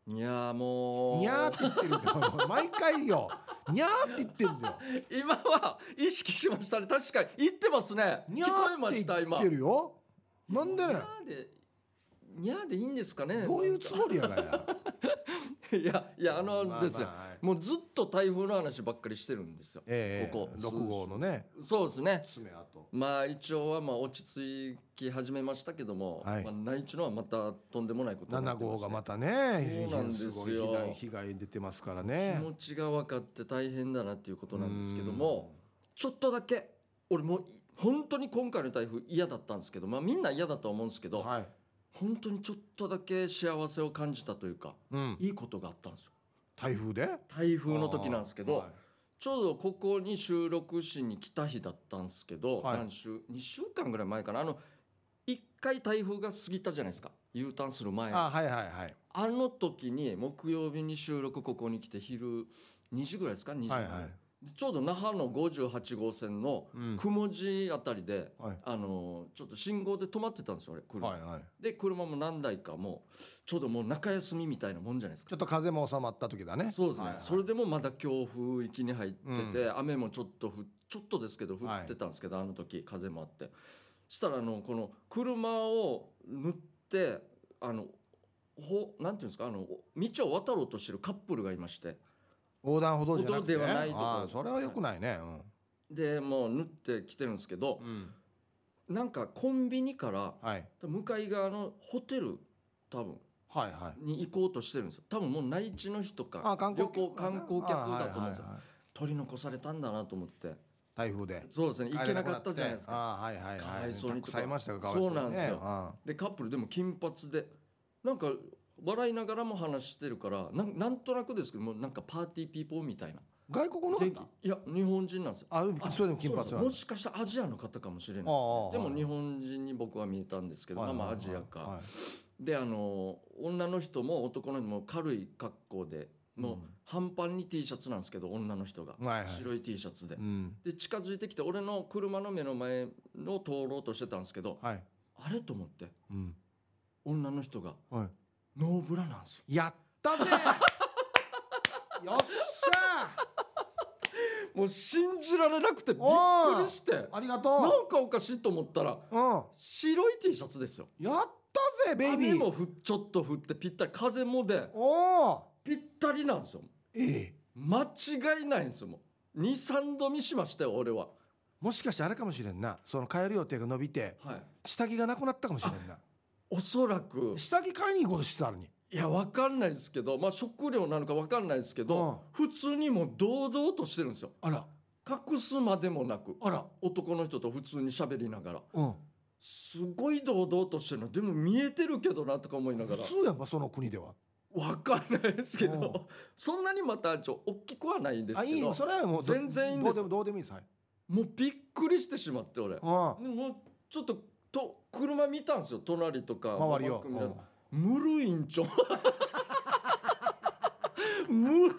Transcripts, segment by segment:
いやもうにゃーって言ってるんだよ毎回よ、にゃーって言ってんだよ。 今は意識しましたね。確かに言ってますね。 にゃ聞こえーってました今。 言ってるよ。なんでね、 にゃーでいいんですかね。 どういうつもりやがや。 いやいやですよ、 はい、 もうずっと台風の話ばっかりしてるんですよ、ここ 6号のね。 そうですね。 爪痕、 まあ一応はまあ落ち着き始めましたけども、 はい、 まあ、内地のはまたとんでもないことになってまして、 7号がまたね、 そうなんですよ、 被害出てますからね。 気持ちが分かって大変だなっていうことなんですけども、ちょっとだけ俺もう本当に今回の台風嫌だったんですけど、まあみんな嫌だとは思うんですけど、 はい、 本当にちょっとだけ幸せを感じたというか、いいことがあったんですよ。 台風で、 台風の時なんですけど、 はい、 ちょうどここに収録しに来た日だったんですけど、 はい、 2週間ぐらい前かな、1回台風が過ぎたじゃないですか、U ターンする前。 はいはいはい、 あの時に木曜日に収録ここに来て昼2時ぐらいですか、2時ぐらい、 はいはい、 ちょうど那覇の58号線の雲寺あたりで、 はい、 ちょっと信号で止まってたんですよ俺車、 はいはい、 で車も何台かもうちょうどもう中休みみたいなもんじゃないですか。 ちょっと風も収まった時だね。 そうですね、 はいはい、 それでもまだ強風域に入ってて、雨もちょっとですけど降ってたんですけど、あの時風もあって、したらこの車を塗ってなんていうんですか、道を渡ろうとしてるカップルがいまして、 横断歩道じゃなくて、 歩道ではないところ、 それは良くないね。 でもう縫ってきてるんですけど、なんかコンビニから向かい側のホテル多分に行こうとしてるんですよ。多分もう内地の人か観光客だと思うんですよ。取り残されたんだなと思って、 台風で。 そうですね、行けなかったじゃないですか。かわいそうにとか。そうなんですよ。でカップルでも金髪でなんか笑いながらも話してるから、なんとなくですけども、なんかパーティーピーポーみたいな。 外国の方？いや日本人なんですよ。 それでも金髪なの？ もしかしたらアジアの方かもしれないですね。でも日本人に僕は見えたんですけど、まあアジアか。で女の人も男の人も軽い格好で、もう半パンに T シャツなんですけど、女の人が白い T シャツで、で近づいてきて俺の車の目の前の通ろうとしてたんですけど、あれと思って、女の人がノーブラなんですよ。 やったぜよっしゃもう信じられなくてびっくりして、 ありがとう。 なんかおかしいと思ったら、白い T シャツですよ。 やったぜベイビー。 雨もちょっと降ってぴったり、風もでぴったりなんですよ。間違いないんですよ。もう 2,3 度見しましたよ俺は。 もしかしてあれかもしれんな、その帰る予定が伸びて、下着がなくなったかもしれんな。 おそらく下着買いに行こうとしてたのに。 いや分かんないですけど、まあ食料なのか分かんないですけど、普通にもう堂々としてるんですよ。隠すまでもなく、男の人と普通に喋りながら、すごい堂々としてるの。でも見えてるけどなとか思いながら。 普通やんかその国では。 分かんないですけど、そんなにまた大きくはないんですけど、 それはもう全然いいんです。 どうでもいいです。 もうびっくりしてしまって俺、もうちょっと車見たんですよ、隣とか周りを。 むるいんちょむる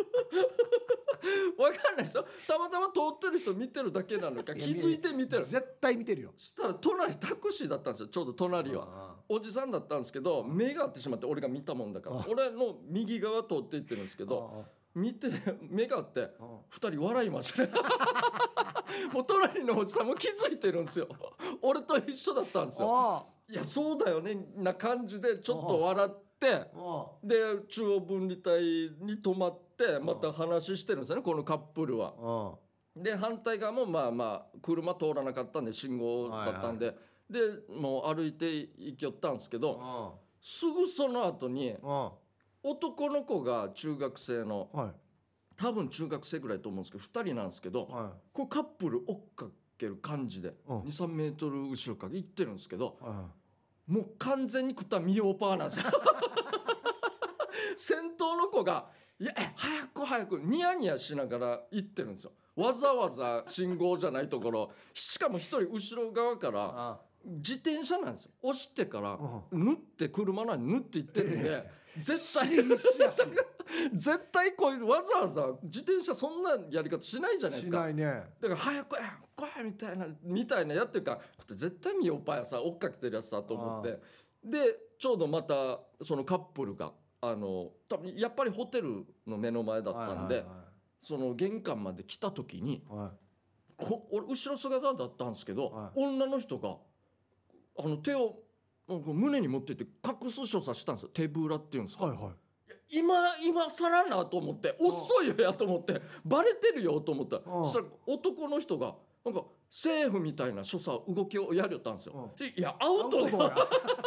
わかんないですよ。たまたま通ってる人見てるだけなのか、気づいて見てる。 絶対見てるよ。 したら隣タクシーだったんですよ。ちょうど隣はおじさんだったんですけど、目が合ってしまって、俺が見たもんだから、俺の右側通っていってるんですけど、見て目が合って2人笑いましたねもう隣のおじさんも気づいてるんですよ。俺と一緒だったんですよ。いやそうだよねな感じでちょっと笑って、で中央分離帯に止まってまた話してるんですよね、このカップルは。で反対側もまあ車通らなかったんで信号だったんで、でもう歩いて行きよったんですけど、すぐその後に男の子が中学生の、多分中学生ぐらいと思うんですけど2人なんですけど、こうカップル追っかける感じで 2,3 メートル後ろから行ってるんですけど、もう完全に食ったミオパーなんですよ先頭の子がいや早くニヤニヤしながら行ってるんですよ。わざわざ信号じゃないところ、しかも一人後ろ側から自転車なんですよ。押してから縫って車の縫って行ってるんで、絶対こういうわざわざ自転車そんなやり方しないじゃないですか。 しないね。 だから早く来いみたいなやってるから、絶対見ようぱやさ追っかけてるやつさと思って、でちょうどまたそのカップルが多分やっぱりホテルの目の前だったんで、 はいはいはい、 その玄関まで来た時に、 は俺後ろ姿だったんですけど、 はい、 女の人が手を胸に持ってて隠す所作したんですよ。手ぶらっていうんですか、 はいはい、 今更なと思って、遅いよやと思って、バレてるよと思ったら、そしたら男の人がなんかセーフみたいな所作動きをやりよったんですよ。いやアウトだよ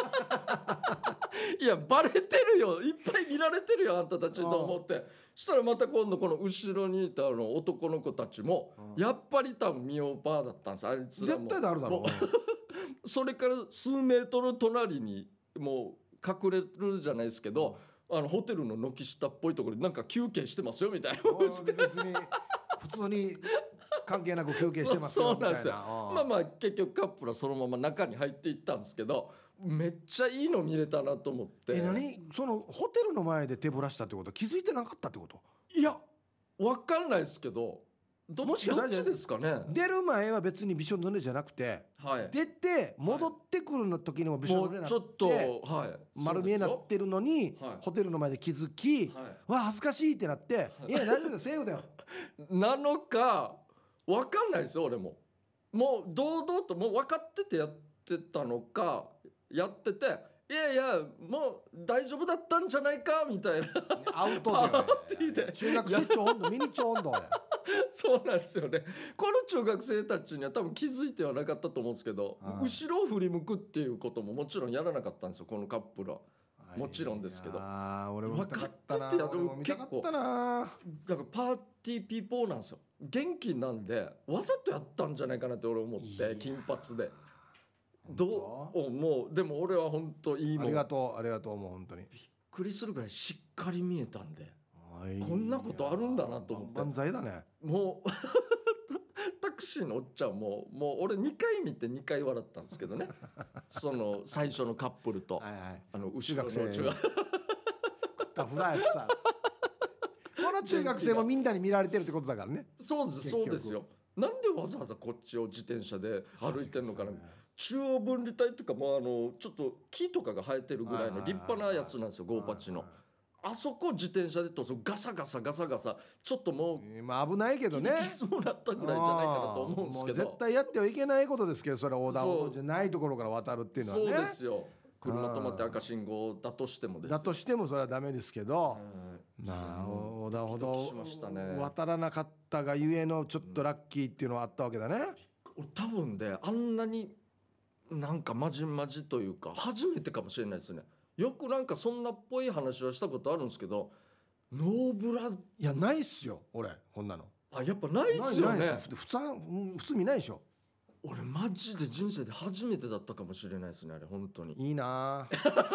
いやバレてるよ、いっぱい見られてるよあんたたちと思って、したらまた今度この後ろにいた男の子たちもやっぱり多分ミオパーだったんです。あいつらも絶対であるだろうそれから数メートル隣にもう隠れるじゃないですけど、ホテルの軒下っぽいところでなんか休憩してますよみたいな別に普通に関係なく休憩してますよみたいな。 そうなんですよ。まあ結局カップルはそのまま中に入っていったんですけど、めっちゃいいの見れたなと思って。 何そのホテルの前で手ぶらしたってこと、気づいてなかったってこと？ いや分かんないですけど、どっちですかね。 出る前は別にびしょ濡れじゃなくて、はい、出て戻ってくるの時にもびしょ濡れになって、もうちょっと、はい、丸見えになってるのに、はい、ホテルの前で気づき、はい、わあ恥ずかしいってなって、はい、いや大丈夫だよセーフだよなのか分かんないですよ。俺ももう堂々ともう分かっててやってたのか、やってていやいやもう大丈夫だったんじゃないかみたいなアウトで中学生超温度ミニ超温度やそうなんですよね。この中学生たちには多分気づいてはなかったと思うんですけど、後ろを振り向くっていうことももちろんやらなかったんですよこのカップルは。もちろんですけど、 俺も見たかったな。 分かっててやる。結構だからパーティーピーポーなんですよ。元気なんでわざとやったんじゃないかなって俺思って、金髪でどうもうでも俺は本当いいもん。 ありがとうもう本当にびっくりするぐらいしっかり見えたんで、こんなことあるんだなと思って。 万歳だね。 もうタクシーのおっちゃんもう俺2回見て2回笑ったんですけどねその最初のカップルと、はいはい、後ろの中学生フライさこの中学生もみんなに見られてるってことだからね。 そうですよ。なんでわざわざこっちを自転車で歩いてるのかな。中央分離帯とかもちょっと木とかが生えてるぐらいの立派なやつなんですよ、ゴーパチの。あそこ自転車でとガサガサちょっともう、 危ないけどね、 キスもらったぐらいじゃないかなと思うんですけど、 絶対やってはいけないことですけど、それは横断歩道じゃないところから渡るっていうのはね。 そうですよ。車止まって赤信号だとしてもですよ。 だとしてもそれはダメですけど、横断歩道渡らなかったがゆえのちょっとラッキーっていうのはあったわけだね。 多分であんなになんかまじまじというか初めてかもしれないですね。よくなんかそんなっぽい話はしたことあるんですけど、ノーブラ、 いやないっすよ俺こんなの。 やっぱないっすよね。 普通見ないでしょ。 俺マジで人生で初めてだったかもしれないですね、あれ本当に。 いいな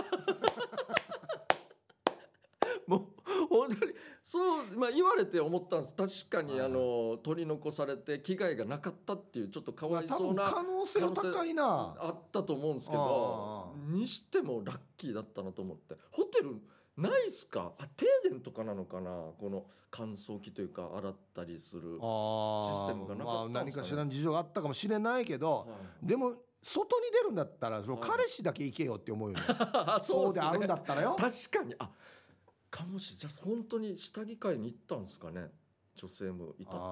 もう本当にそう、言われて思ったんです。確かに取り残されて危害がなかったっていうちょっとかわいそうな可能性は高いなあったと思うんですけど、にしてもラッキーだったなと思って。ホテルないっすか？停電とかなのかな、この乾燥機というか洗ったりするシステムがなかったんですかね。 何かしらの事情があったかもしれないけど、でも外に出るんだったらその彼氏だけ行けよって思うよねそうであるんだったらよ。 確かにかもしれない。じゃあ本当に下着会に行ったんですかね、女性もいたっていうこと。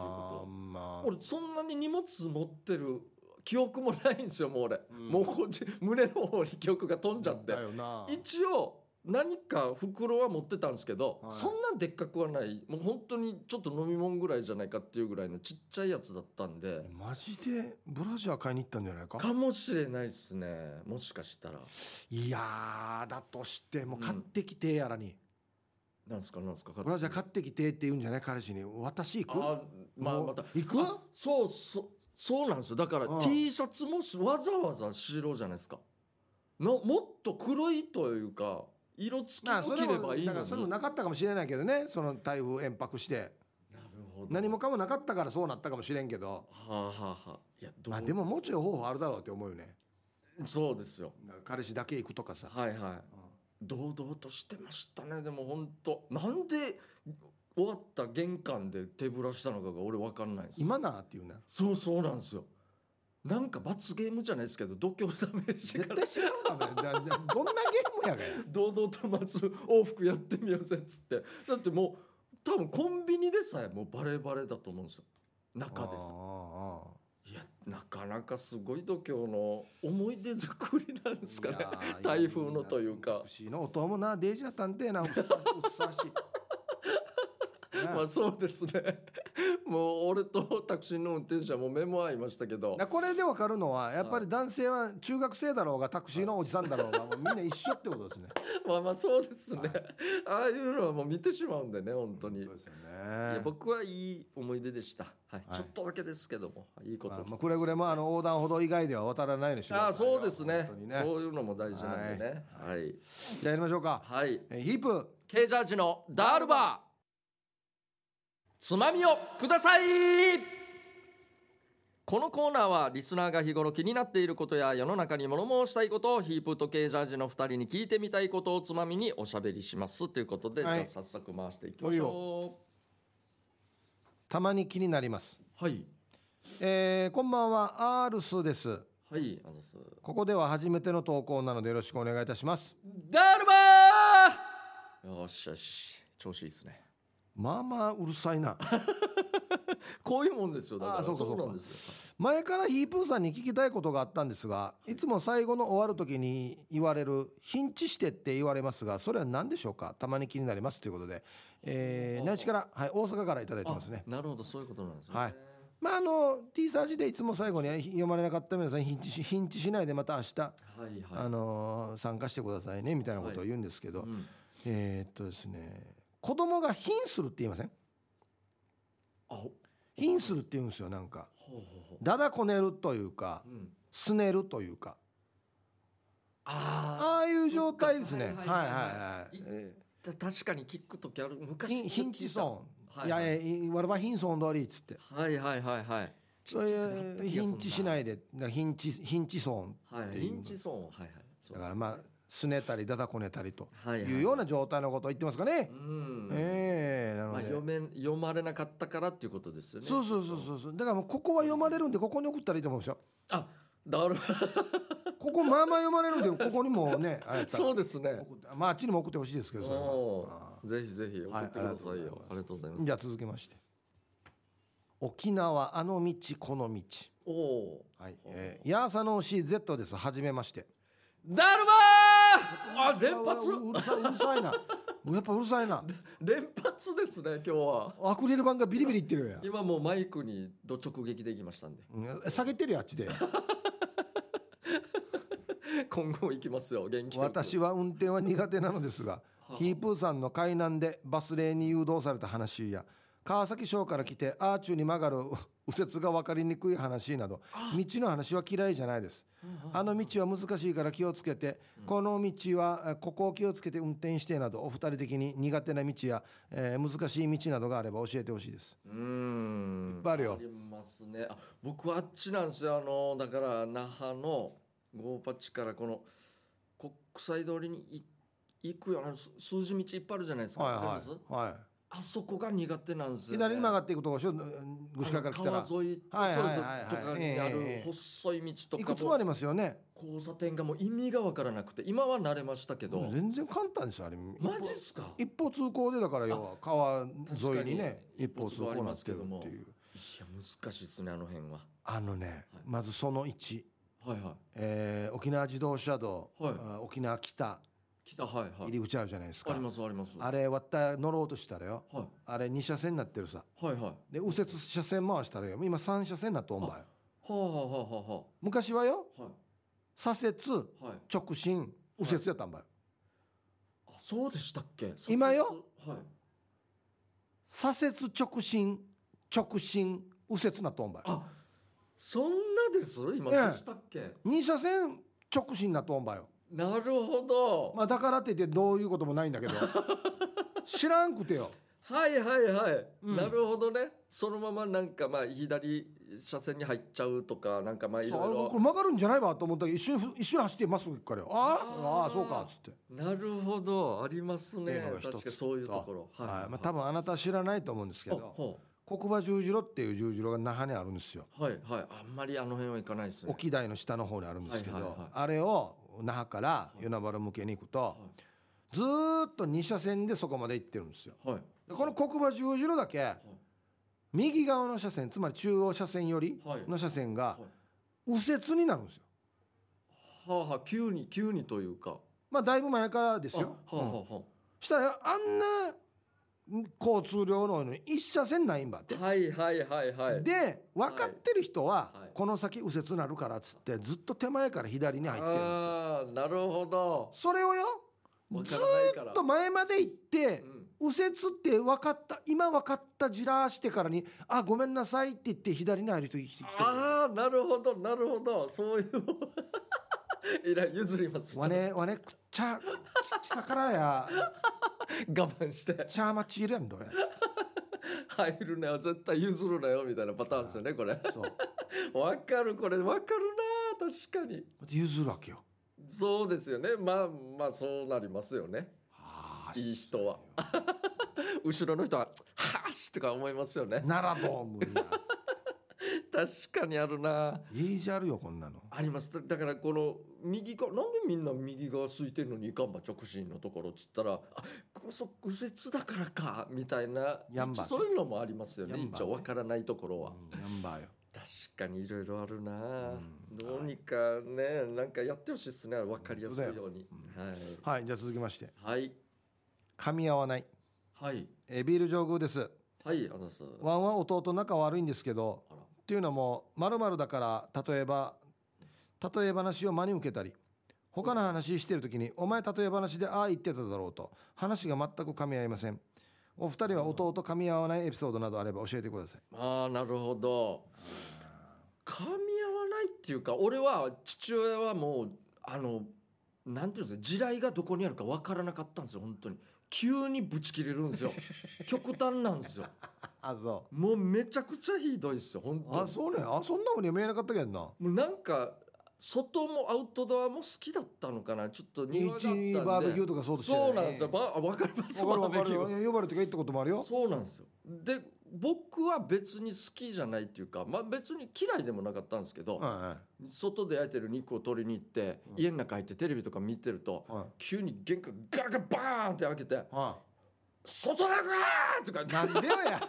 俺そんなに荷物持ってる記憶もないんですよもう俺、もう胸の方に記憶が飛んじゃって、一応何か袋は持ってたんですけど、そんなでっかくはない、もう本当にちょっと飲み物ぐらいじゃないかっていうぐらいのちっちゃいやつだったんで。 マジでブラジャー買いに行ったんじゃないか。 かもしれないですね、もしかしたら。 いやだとしても買ってきてやらに、 なんすかブラジャー買ってきてって言うんじゃない、彼氏に。私行く？ また行く？ そうなんですよ。だから T シャツもわざわざ白じゃないですか。もっと黒いというか色付きを着ればいいのに。だからそれもなかったかもしれないけどね、その台風延泊して。 なるほど。 何もかもなかったからそうなったかもしれんけど、いやでももうちょい方法あるだろうって思うよね。 そうですよ。 彼氏だけ行くとかさ。 堂々としてましたね。でも本当なんで終わった玄関で手ぶらしたのかが俺分かんないです。 今なっていうね。 そうなんですよ。 なんか罰ゲームじゃないですけど度胸試し絶対違うかねどんなゲームやがや堂々とまず往復やってみようぜっつって。だってもう多分コンビニでさえもうバレバレだと思うんですよ中でさ。いやなかなかすごい度胸の思い出作りなんですかね台風のというか。 不思議な音もなデージャー探偵なうっさしいまあそうですねもう俺とタクシーの運転手はもう目も合いましたけど、 これで分かるのはやっぱり男性は中学生だろうがタクシーのおじさんだろうがもうみんな一緒ってことですねまあまあそうですね、ああいうのはもう見てしまうんでね本当に。 そうですよね。 いや僕はいい思い出でした、ちょっとだけですけどもいいことです、 くれぐれも横断歩道以外では渡らないようにしてください。 そうですねそういうのも大事なんでね。 じゃあやりましょうか。ヒープケージャージのダールバーつまみをください。このコーナーはリスナーが日頃気になっていることや世の中に物申したいことをヒープとケージャージの2人に聞いてみたいことをつまみにおしゃべりしますということで、じゃあ早速回していきましょう。 たまに気になります。こんばんは、アールスです。ここでは初めての投稿なのでよろしくお願いいたします。 ダルバーよしよし調子いいですね。 まあまあうるさいなこういうもんですよ。だからそうなんですよ。 前からヒープーさんに聞きたいことがあったんですが、いつも最後の終わる時に言われるヒンチしてって言われますが、それは何でしょうか。たまに気になりますということで、内地から、大阪からいただいてますね。 なるほどそういうことなんですね。 まあT サージでいつも最後に読まれなかった皆さんヒンチしないでまた明日、参加してくださいねみたいなことを言うんですけど、ですね、子供が貧するって言いません？貧するって言うんですよ。なんかだだこねるというか、すねるというか、ああいう状態ですね。 確かに聞くときある。昔ヒンチソン、いや我々ヒンソン通りっつって、そういうヒンチしないでヒンチソンっていう、 ヒンチソン、 だからまあすねたりだだこねたりというような状態のことを言ってますかね。なので読まれなかったからっていうことですよね。 そうだからもうここは読まれるんでここに送ったらいいと思うんですよ。 だるここまあまあ読まれるんでここにもねそうですね。 まああっちにも送ってほしいですけど、 ぜひぜひ送ってくださいよ。ありがとうございます。 じゃあ続きまして、沖縄あの道この道。ヤーサノーシー Z です。はじめまして。 ダルバー連発うるさいなやっぱうるさいな連発ですね今日は。 アクリル板がビリビリいってるや。 今もうマイクにど直撃できましたんで、 下げてるよあっちで今後行きますよ元気。 私は運転は苦手なのですが、ヒープーさんの海南でバスレーンに誘導された話や川崎省から来てアーチュに曲がる右折が分かりにくい話など、道の話は嫌いじゃないです。あの道は難しいから気をつけて、この道はここを気をつけて運転してなど、お二人的に苦手な道や、難しい道などがあれば教えてほしいです。いっぱいあるよ。 ありますね。僕はあっちなんですよ。だから那覇のゴーパチからこの国際通りに行くような数字道いっぱいあるじゃないですか。あそこが苦手なんですよ、ね。 左に曲がっていくとこでしょ。串川から来たら川沿いとかにある細い道とかいくつもありますよね。 交差点がもう意味が分からなくて、今は慣れましたけど全然簡単ですよあれ。 マジっすか。 一方通行で、だから要は川沿いにね一方通行なんですけどっていう。いや難しいですねあの辺は。 まずその1、沖縄自動車道、沖縄北入り口あるじゃないですか。 あります。 あれ割った乗ろうとしたらよ、あれ2車線になってるさ。で右折車線回したらよ、今3車線になっとんばよ。昔はよ、左折、直進、右折やったんばよ。 そうでしたっけ。 今よ、左折直進右折なっとんばよ。 そんなです。今でしたっけ。 2車線直進なっとんばよ。 なるほど。 だからって言ってどういうこともないんだけど知らんくてよ。 なるほどね。そのままなんか左車線に入っちゃうとかなんかいろいろこれ曲がるんじゃないわと思ったけど、一緒に走ってますからよ。そうかっつって。 なるほど、ありますね。確かにそういうところ。 多分あなた知らないと思うんですけど、 国場十字路っていう十字路が那覇にあるんですよ。 はいはい。あんまりあの辺は行かないですね。 沖台の下の方にあるんですけど、 はいはいはい、 あれを那覇から与那原向けに行くと、ずーっと2車線でそこまで行ってるんですよ。 はい、 この国場十字路だけ、右側の車線、つまり中央車線よりの車線が右折になるんですよ。 はあはあ、急にというか、 まあだいぶ前からですよ。 はあはあ、 したらあんな交通量ののに一車線ないんばって。 はいはいはいはい。 で分かってる人は、この先右折なるからっつってずっと手前から左に入ってるんですよ。 ああ、なるほど。 それをよ、ずっと前まで行って、右折って分かった、今分かったじらしてからに、あ、ごめんなさいって言って左に入る人いる。 ああ、なるほどなるほど、そういういら譲ります。 わねくっちゃきさからや我慢してチャーマチールやんどや入るなよ、絶対譲るなよみたいなパターンですよね、これ。そうわかる、これわかるな、確かに譲るわけよ。 そうですよね。まあそうなりますよね。いい人は後ろの人ははしとか思いますよね。 ならどう無理や確かにあるな。 いいじゃあるよ、こんなのあります。だからこの右側、なんでみんな右側空いてるのにいかんば直進のところっつったら、右折だからかみたいな、そういうのもありますよね。一応わからないところは、 やんばよ。 確かにいろいろあるな、どうにかね、なんかやってほしいですね、わかりやすいように。 はい、じゃあ続きまして、 はい、 噛み合わない。 はい、 ビール上宮です。 はい、あざす。 ワンは弟仲悪いんですけど、っていうのも〇〇だから例え話を真に受けたり、他の話してる時にお前例え話でああ言ってただろうと話が全く噛み合いません。お二人は弟噛み合わないエピソードなどあれば教えてください。 ああ、なるほど。噛み合わないっていうか、俺は父親はもうなんていうんですか、地雷がどこにあるか分からなかったんですよ。本当に急にブチ切れるんですよ極端なんですよ。 あ、そう。 もうめちゃくちゃひどいですよ、本当に。 あ、そうね。あ、そんなふうに見えなかったけどな。 もうなんか外もアウトドアも好きだったのかな、ちょっと庭があったんで。バーベキューとかそうですよね。そうなんですよ。分かります。 分かる。呼ばれてか行ったこともあるよ。 そうなんですよ。で僕は別に好きじゃないっていうか、別に嫌いでもなかったんですけど、外で焼いてる肉を取りに行って、家の中入ってテレビとか見てると、急に玄関ガラガラバーンって開けて、外だかーとか、 なんでよや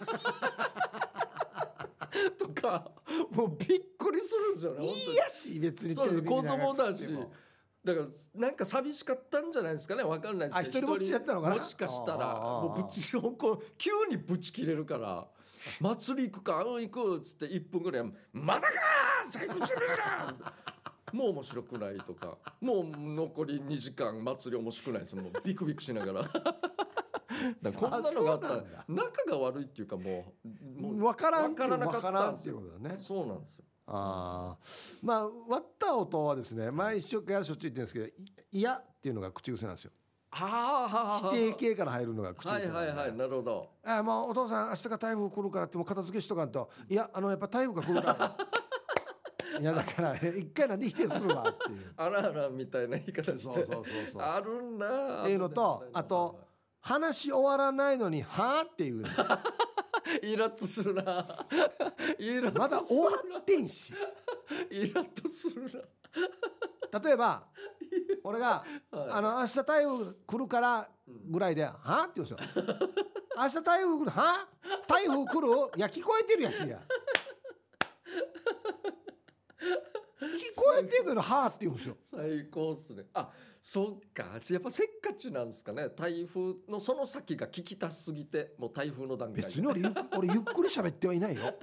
とか、もうびっくりするんですよね。 いいやし、別にそうです、子供だし。だからなんか寂しかったんじゃないですかね、分かんないですけど、 一人ぼっちやったのかな、 もしかしたら。もう急にブチ切れるから、祭り行くか行くっつって1分ぐらいまだかー最後中だなもう面白くないとか、もう残り2時間祭り面白くないです、もうビクビクしながらだこんなのがあったら仲が悪いっていうか、もう分からなかったんですよ。 そうなんですよ。 まあ割った音はですね、前一緒からしょっちゅう言ってるんですけど、嫌っていうのが口癖なんですよ。否定形から入るのが口癖なんで。 はい、なるほど。 もうお父さん明日が台風来るからってもう片付けしとかんと、いややっぱ台風が来るからいやだから一回なんで否定するわっていうあらあらみたいな言い方して、そうあるんだっていうのと、あと話終わらないのにはーっていうイラッとするなまだ終わってんしイラッとするな。 例えば俺が、明日台風来るからぐらいで、はーって言うんですよ明日台風来る、は台風来る、いや聞こえてるやしや聞こえてるのはーって言うんですよ。 最高っすね。あ、そっか、やっぱせっかちなんですかね。台風のその先が聞きたすぎて、もう台風の段階。 別に俺ゆっくり喋ってはいないよ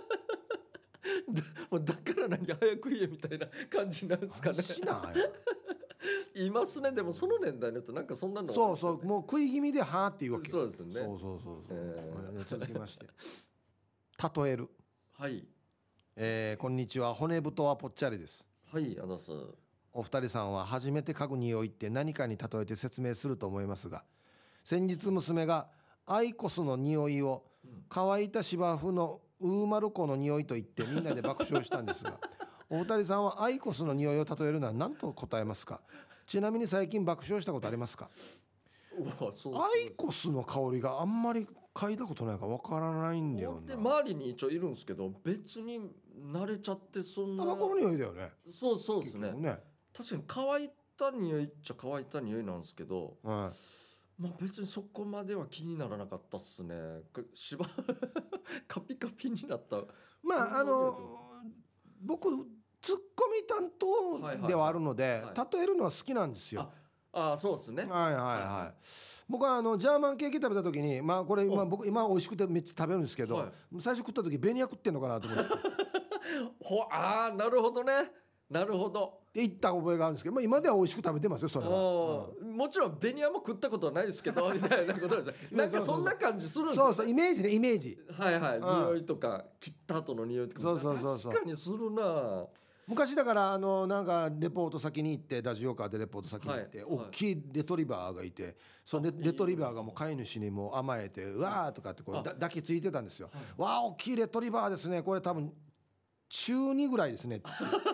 だから何早く言えみたいな感じなんですかね。いますね。でもその年代の人なんかそんなの、ね、 そうもう食い気味ではーっていうわけ。 そうですよね。 そう続きまして例える。 はい、 こんにちは、骨太はぽっちゃりです。 はい、あざす。 お二人さんは初めて嗅ぐ匂いって何かに例えて説明すると思いますが、先日娘がアイコスの匂いを乾いた芝生のウーマルコの匂いと言ってみんなで爆笑したんですがお二人さんはアイコスの匂いを例えるのは何と答えますか。ちなみに最近爆笑したことありますか。アイコスの香りがあんまり嗅いだことないからわからないんだよでな。 周りに一応いるんですけど、別に慣れちゃってそんな。 タバコの匂いだよね。 そうですね。確かに乾いた匂いっちゃ乾いた匂いなんですけど、まあ別にそこまでは気にならなかったっすね。カピカピになった。 まあ僕ツッコミ担当ではあるので、例えるのは好きなんですよ。 そうですね。 僕はジャーマンケーキ食べた時に、まあこれ僕今美味しくてめっちゃ食べるんですけど、最初食った時ベニヤ食ってんのかなと思ってなるほどね。なるほど。 言った覚えがあるんですけど、まあ、今では美味しく食べてますよそれは。 もちろんベニヤも食ったことはないですけどみたいなことですよ。なんかそんな感じするんですよね。 そうイメージね、イメージ。 匂いとか切った後の匂いとか。確かにするな。 昔だからなんかレポート先に行って、ラジオカーでレポート先に行って、大きいレトリバーがいて、そのレトリバーがもう飼い主にも甘えて、うわーとかってこう抱きついてたんですよ。わー大きいレトリバーですね、これ多分中2ぐらいですね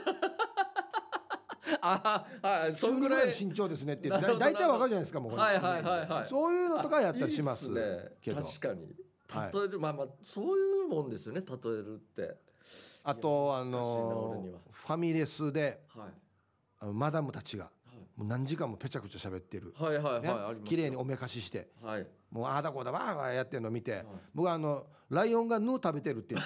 そのぐらいの身長ですねって大体わかるじゃないですか。もうそういうのとかやったりしますけど。 確かに例える、まあそういうもんですよね、例えるって。 あとファミレスでマダムたちがもう何時間もぺちゃくちゃ喋ってる、綺麗におめかしして、もうああだこうだわーわーやってるのを見て、僕はライオンがヌー食べてるって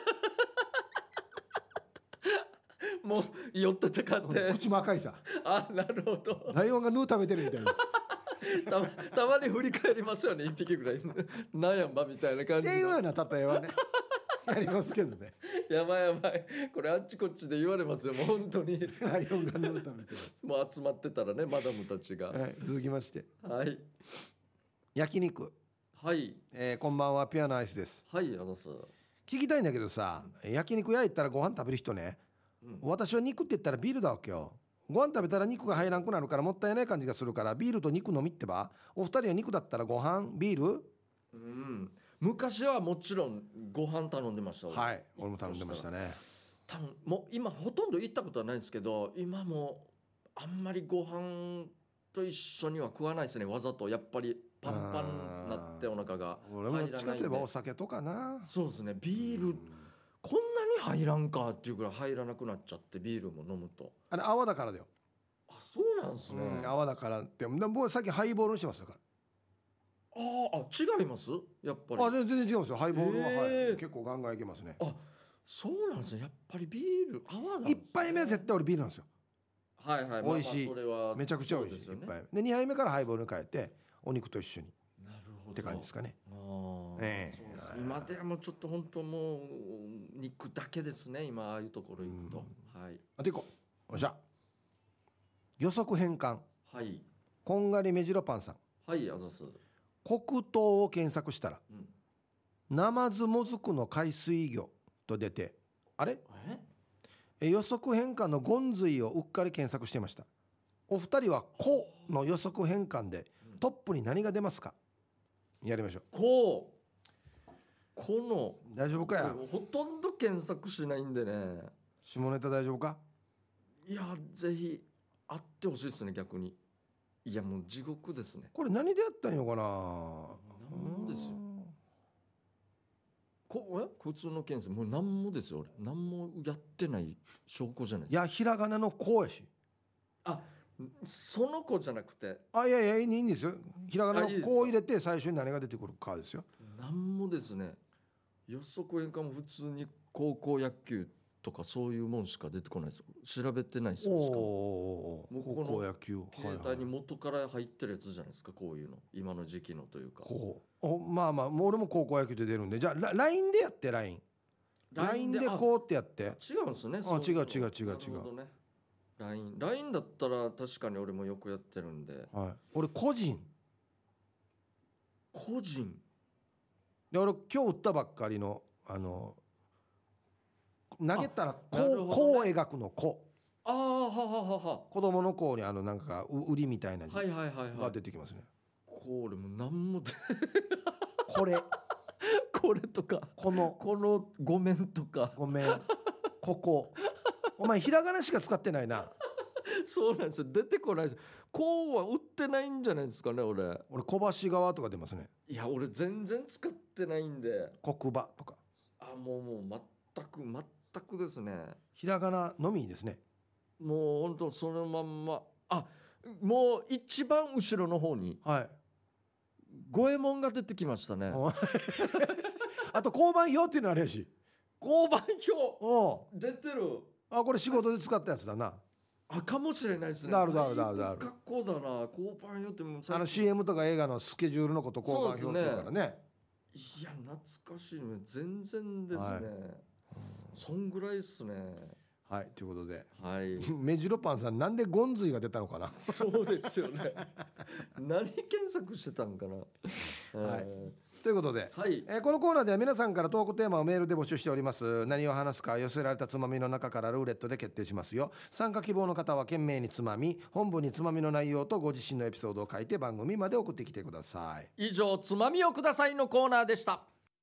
もう寄ってたかって口も赤いさ。 なるほど。 ライオンがヌー食べてるみたいですたまに振り返りますよね、一匹ぐらいなんやんばみたいな感じっていうような例えはねやりますけどね。 やばいこれあっちこっちで言われますよ、もう本当に。 ライオンがヌー食べてるもう集まってたらね、マダムたちが。 続きまして、焼肉。こんばんは、ピアノアイスです。聞きたいんだけどさ、焼肉屋行ったらご飯食べる人ね、私は肉って言ったらビールだわけよ。ご飯食べたら肉が入らんくなるからもったいない感じがするから、ビールと肉飲みってば。お二人は肉だったらご飯ビール？ 昔はもちろんご飯頼んでました。 俺も頼んでましたね。 もう今ほとんど行ったことはないんですけど、今もあんまりご飯と一緒には食わないですね。わざとやっぱりパンパンになってお腹が入らないんで。俺もどっちかといえばお酒とかな。 そうですね。ビールこんなに入らんかっていうぐらい入らなくなっちゃって、ビールも飲むと泡だからだよ。 そうなんですね。 泡だからって。僕はさっきハイボールにしてますだから。 違います？やっぱり全然違うんですよ。ハイボールは、結構ガンガンいけますね。 そうなんですね。やっぱりビール泡なんですね。 1杯目は絶対俺ビールなんですよ。美味しい、 それはめちゃくちゃ美味しい。1杯目で2杯目からハイボールに変えてお肉と一緒に。 なるほどって感じですかね。 今ではもうちょっと本当もう肉だけですね、今ああいうところ行くと。 あと1個、おっしゃ、予測変換。こんがりめじろパンさん。 あざす。 黒糖を検索したら、ナマズモズクの海水魚と出て、あれ予測変換のゴンズイをうっかり検索していました。お二人はコの予測変換でトップに何が出ますか？やりましょう。 この大丈夫かや。 ほとんど検索しないんでね。 下ネタ大丈夫か？ いやぜひあってほしいですね、逆に。いやもう地獄ですね。 これ何でやったらいいのかな。 なんですよ。普通の検索もう何もですよ。俺何もやってない証拠じゃないですか。 いやひらがなのこうやし。 その子じゃなくて。 いやいいんですよ。ひらがなのこう入れて最初に何が出てくるかですよ。 何もですね。予測変換も普通に高校野球とかそういうもんしか出てこないですよ。調べてないですよ。しかも高校野球携帯に元から入ってるやつじゃないですか、こういうの今の時期のというか。 まあもう俺も高校野球で出るんで、じゃあ LINE でやって。 LINE でこうってやって。 違うんですね。 違う、 なるほどね。LINE だったら確かに俺もよくやってるんで。俺個人で、俺今日打ったばっかりの投げたらこう描くのこう。子供の子になんか売りみたいな字が出てきますね。 これも何もこれとかこのごめんとかごめんここお前ひらがなしか使ってないな。 そうなんですよ、出てこないです。こうは売ってないんじゃないですかね。俺小橋川とか出ますね。 いや俺全然使ってないんで。 黒馬とか。 もう全くですね。 ひらがなのみですね。 もう本当そのまんま。もう一番後ろの方に五右衛門が出てきましたね。 あと交番表っていうのあるやし。 交番表出てる。 これ仕事で使ったやつだな。 かもしれないですね。 ある。 学校だな。交番表ってもう CM とか映画のスケジュールのこと交番表っていうからね。 いや懐かしいね。全然ですね、そんぐらいですね。 はい、ということで、 メジロパンさんなんでゴンズイが出たのかな。 そうですよね。何検索してたんかな。 ということで、このコーナーでは皆さんからトークテーマをメールで募集しております。何を話すか寄せられたつまみの中からルーレットで決定しますよ。参加希望の方は懸命につまみ、本文につまみの内容とご自身のエピソードを書いて番組まで送ってきてください。以上、つまみをくださいのコーナーでした。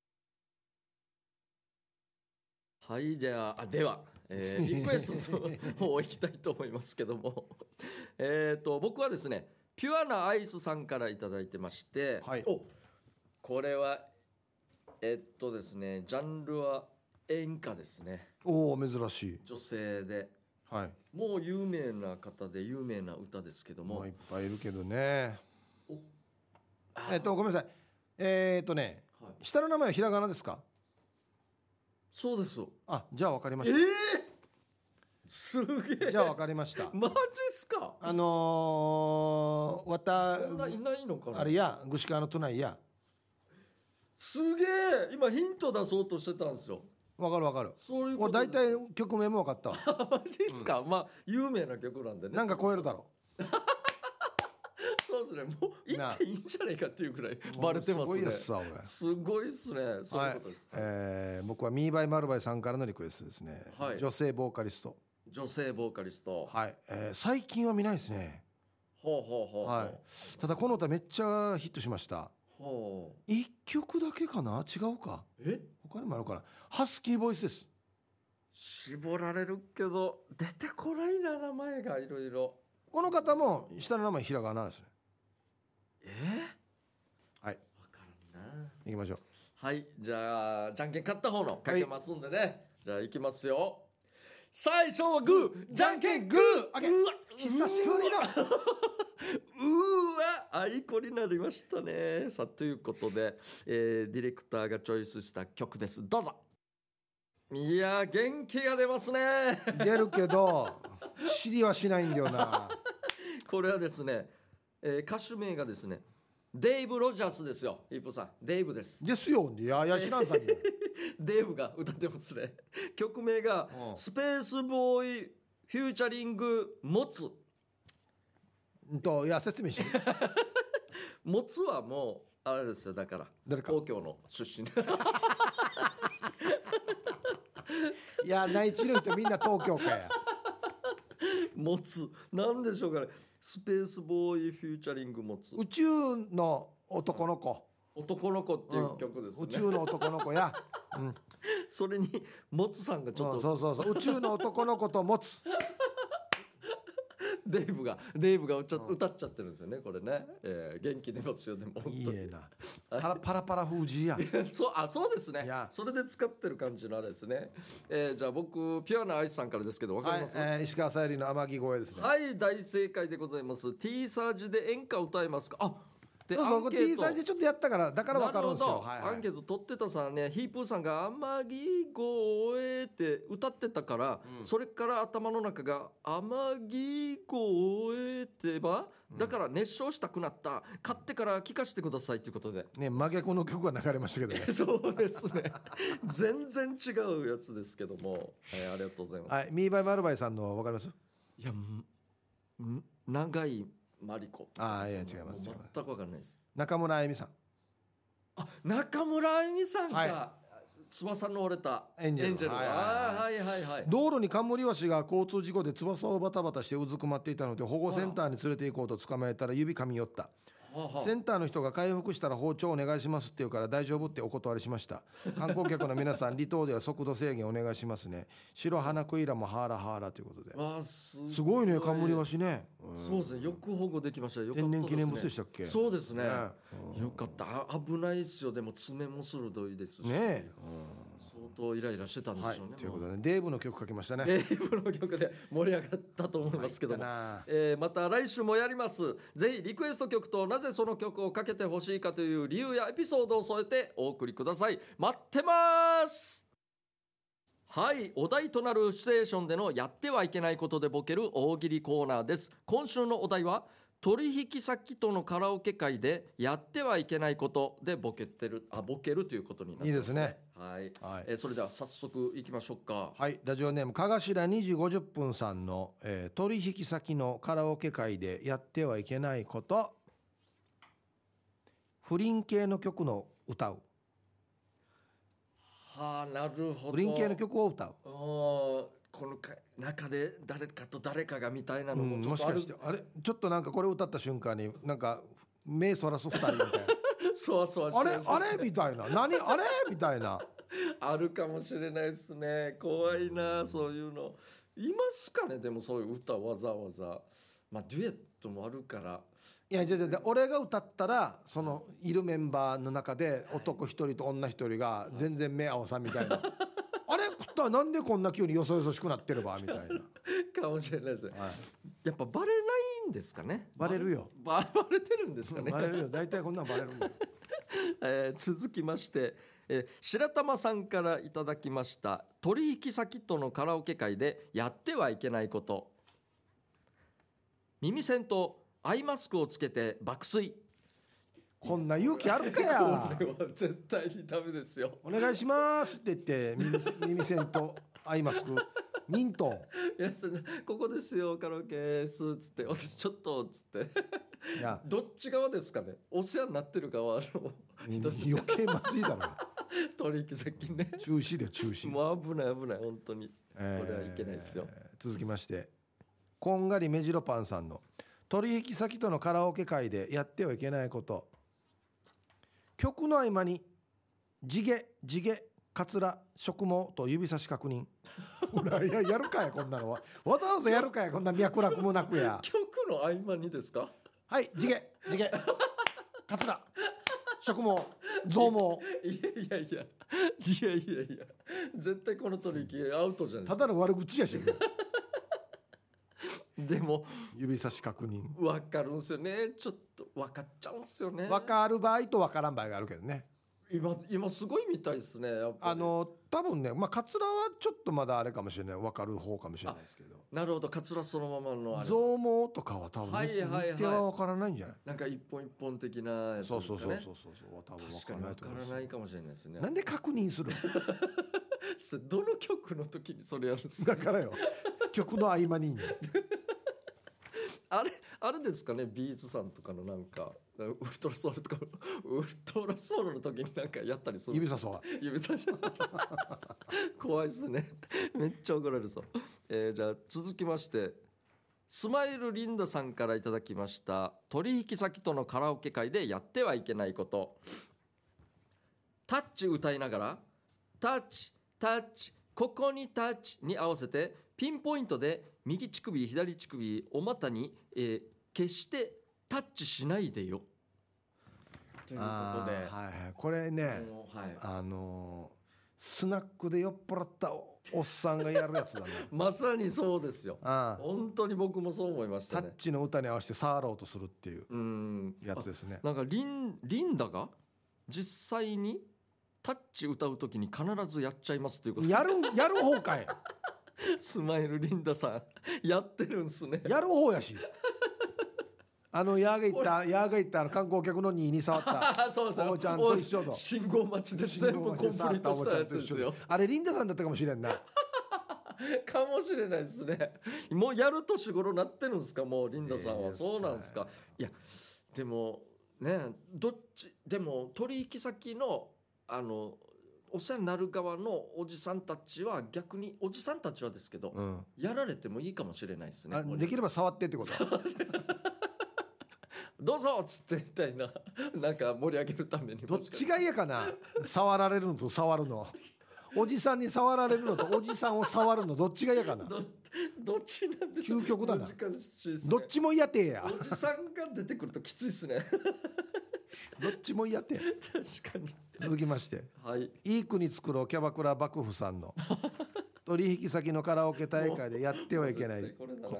じゃあでは、リクエストの方行きたいと思いますけども僕はですね、ピュアなアイスさんからいただいてまして、これはですね、ジャンルは演歌ですね。 珍しい。 女性で、もう有名な方で有名な歌ですけども、 いっぱいいるけどね。ごめんなさい。下の名前はひらがなですか？ そうです。 じゃあ分かりました。 すげえ。 じゃあ分かりました。 マジっすか？ そんないないのかな。 あれや、串川の都内や。 すげえ。今ヒント出そうとしてたんですよ。 わかる。 そういうこと。 大体曲名も分かったわ。 マジっすか？有名な曲なんでね。 なんか超えるだろう。 そうですね。もう言っていいんじゃないかっていうくらいバレてますね。すごいっすね。そういうことです。 僕はミーバイマルバイさんからのリクエストですね。女性ボーカリスト。最近は見ないですね。ただこの歌めっちゃヒットしました。一曲だけかな？違うか。他にもあるかな。ハスキーボイスです。 絞られるけど出てこないな、名前がいろいろ。 この方も下の名前ひらがなですね。分からんな。 行きましょう。 じゃあじゃんけん勝った方のかけますんでね。じゃあ行きますよ。最初はグー、じゃんけんグー。 久しぶりだ。 あいこになりましたね。さあということで、ディレクターがチョイスした曲です。どうぞ。いや元気が出ますね。 出るけど知りはしないんだよな。 これはですね、歌手名がですねデイブ・ロジャースですよ。ヒープさん、デイブですよ。いや知らんさんにデイブが歌ってますね。曲名がスペースボーイフューチャリングモツ。 いや説明しモツはもうあれですよ。だから東京の出身。 いや内地の人みんな東京かや。 モツなんでしょうかね。スペースボーイフューチャリングモツ。 宇宙の男の子。 男の子っていう曲ですね。 宇宙の男の子や。 それにモツさんがちょっと、 そう宇宙の男の子とモツ。 デイブが歌っちゃってるんですよね。これね、元気出ますよ。でもいいな。パラパラ風じや。 そうですね。それで使ってる感じのあれですね。じゃあ僕ピュアなアイスさんからですけど、わかります？ 石川さゆりの天城越えですね。 大正解でございます。 T サージで演歌歌えますか？ T サージでちょっとやったからだから分かるんですよ。 アンケート取ってたさんね、ヒープーさんが天城越えって歌ってたから、それから頭の中が天城越えってば、だから熱唱したくなった、買ってから聴かせてくださいということでね、真逆の曲が流れましたけどね。 そうですね。全然違うやつですけども、ありがとうございます。 ミーバイマルバイさんの分かります？ いや長いマリコ。 いや違います。 全く分かんないです。 中村あゆみさん。 中村あゆみさんか。翼の折れたエンジェル。道路にカンムリワシが交通事故で翼をバタバタしてうずくまっていたので、保護センターに連れて行こうと捕まえたら指噛み寄った。 センターの人が回復したら包丁お願いしますって言うから大丈夫ってお断りしました。観光客の皆さん離島では速度制限お願いしますね。白花クイラもハーラハーラということで。すごいね、冠ワシね、 そうですね、よく保護できました。よかったですね。 天然記念物でしたっけ。 そうですね、よかった。危ないですよ。でも爪も鋭いですしね、 相当イライラしてたんでしょうね、 はい、ということでデーブの曲かけましたね。 デーブの曲で盛り上がったと思いますけども、また来週もやります。ぜひリクエスト曲となぜその曲をかけてほしいかという理由やエピソードを添えてお送りください。待ってます。はい、お題となるシチュエーションでのやってはいけないことでボケる大喜利コーナーです。今週のお題は取引先とのカラオケ会でやってはいけないことでボケるということになってますね。いいですね。はい、はい。それでは早速いきましょうか。 はい、ラジオネームかがしら2時50分さんの、取引先のカラオケ会でやってはいけないこと。不倫系の曲の歌う。 はあ、なるほど。 不倫系の曲を歌う。 この中で誰かと誰かがみたいなのももしかしてあれちょっとなんかこれ歌った瞬間になんか目そらす2人みたいなそうそう、 あれみたいな、何あれみたいなあるかもしれないですね。怖いな、そういうのいますかね。でもそういう歌わざわざ、まあデュエットもあるから。 いやじゃ俺が歌ったらそのいるメンバーの中で男一人と女一人が全然目合わさんみたいな、あれ食ったらなんでこんな急によそよそしくなってればみたいなかもしれないですね、はい、やっぱバレないんですかね。 バレるよ。 バレてるんですかね。 バレるよ、大体こんなんバレるんだよ続きまして、白玉さんからいただきました。取引先とのカラオケ会でやってはいけないこと。耳栓とアイマスクをつけて爆睡。 こんな勇気あるかや。 これは絶対にダメですよ。 お願いしますって言って耳栓とアイマスクミントいやここですよカラオケスっつって私ちょっとっつっていやどっち側ですかね。お世話になってる側の人ですか。 余計まずいだろ取引先ね。 中止で中止。 もう危ない本当に、これはいけないですよ。 続きましてこんがりめじろパンさんの取引先とのカラオケ会でやってはいけないこと。曲の合間に地毛カツラ植毛と指差し確認いやるかやこんなのは。わざわざやるかやこんな脈絡もなくや。 曲の合間にですか。 はい地毛カツラ植毛増毛いや絶対この取引アウトじゃないですか。 ただの悪口やしでも指差し確認分かるんですよね。ちょっと分かっちゃうんですよね。 分かる場合と分からん場合があるけどね。 今すごいみたいですね。やっぱり多分ね、まあカツラはちょっとまだあれかもしれない、分かる方かもしれないですけど。 なるほど、カツラそのままのあれ増毛とかは多分日程は分からないんじゃない。 なんか一本一本的なやつですかね。そう多分分からないかもしれないですね。 なんで確認するどの曲の時にそれやるんですか。 だからよ曲の合間にあれですかね。ビーズさんとかのなんかウルトラソウルとかウルトラソウルの時になんかやったりする。 指さそう怖いですね。めっちゃ怒られるぞ。じゃあ続きましてスマイルリンダさんからいただきました。取引先とのカラオケ会でやってはいけないこと。タッチ歌いながらタッチここにタッチに合わせてピンポイントで右乳首左乳首お股に、決してタッチしないでよということで、 これね、スナックで酔っ払ったおっさんがやるやつだねまさにそうですよ。本当に僕もそう思いましたね。 タッチの歌に合わせて触ろうとするっていうやつですね。 なんかリンダが実際にタッチ歌うときに必ずやっちゃいますということやる方かいスマイルリンダさんやってるんすね。 やる方やしヤーが行った観光客の2に触ったおばちゃんと一緒と信号待ちで全部コンプリートしたやつですよ。 あれリンダさんだったかもしれんなかもしれないですね。もうやる年頃なってるんですか。もうリンダさんはそうなんですか。いやでもね、どっちでも取引先のお世話になる側のおじさんたちは逆におじさんたちはですけど、やられてもいいかもしれないですね。 できれば触ってってことどうぞっつってみたいな、なんか盛り上げるために。 どっちが嫌かな、触られるのと触るの。おじさんに触られるのとおじさんを触るの、どっちが嫌かな。 どっちなんでしょう。 究極だな。 難しいですね。 どっちも嫌てや。 おじさんが出てくるときついですね。 どっちも嫌て。 確かに。 続きまして、 はい、 いい国作ろうキャバクラ幕府さんの取引先のカラオケ大会でやってはいけないこと。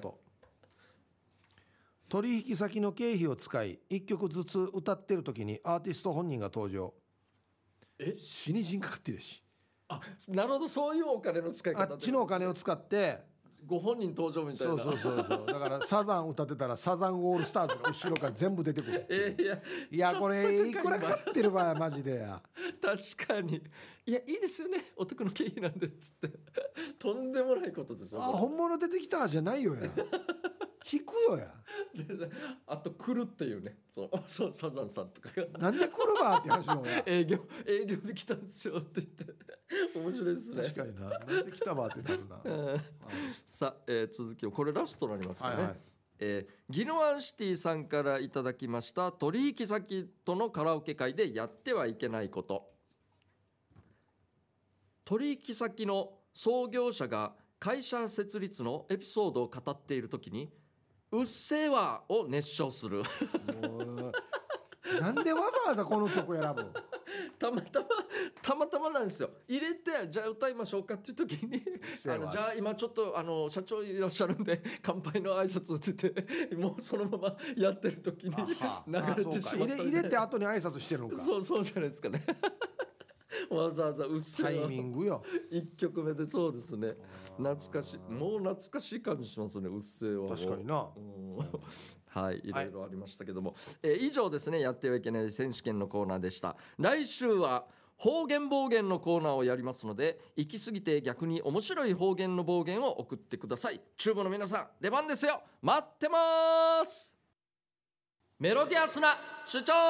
取引先の経費を使い1曲ずつ歌ってる時にアーティスト本人が登場。死に人かかってるし。 あ、なるほど、そういうお金の使い方。 あっちのお金を使ってご本人登場みたいな。 そうだからサザン歌ってたらサザンオールスターズが後ろから全部出てくる。いやこれいくらかかってる場合マジでや。 確かに。いや、いいですよね、お得の経費なんでっつって。とんでもないことですよ。 本物出てきたじゃないよや。引くよや。 あと来るっていうね、そうサザンさんとかがなんで来るわって話を営業で来たんですよって言って面白いですね。 確かにな、なんで来たわってなるな。 さあ、続きを、これラストになりますね。ギノワンシティさんからいただきました。取引先とのカラオケ会でやってはいけないこと。取引先の創業者が会社設立のエピソードを語っているときにうっせぇわを熱唱する。 なんでわざわざこの曲選ぶ。 たまたまなんですよ。入れて、じゃあ歌いましょうかっていう時にじゃあ今ちょっと社長いらっしゃるんで乾杯の挨拶をって言ってもうそのままやってる時に流れてしまった。 入れて後に挨拶してるのか。 そうじゃないですかね。わざわざうっせぇわ。 タイミングよ。 1曲目で。そうですね、懐かしい、もう懐かしい感じしますね、うっせぇわ。 確かにな。 はい、いろいろありましたけども、以上ですね、やってはいけない選手権のコーナーでした。来週は方言暴言のコーナーをやりますので、行き過ぎて逆に面白い方言の暴言を送ってください。中部の皆さん、出番ですよ、待ってます。メロディアスな主張。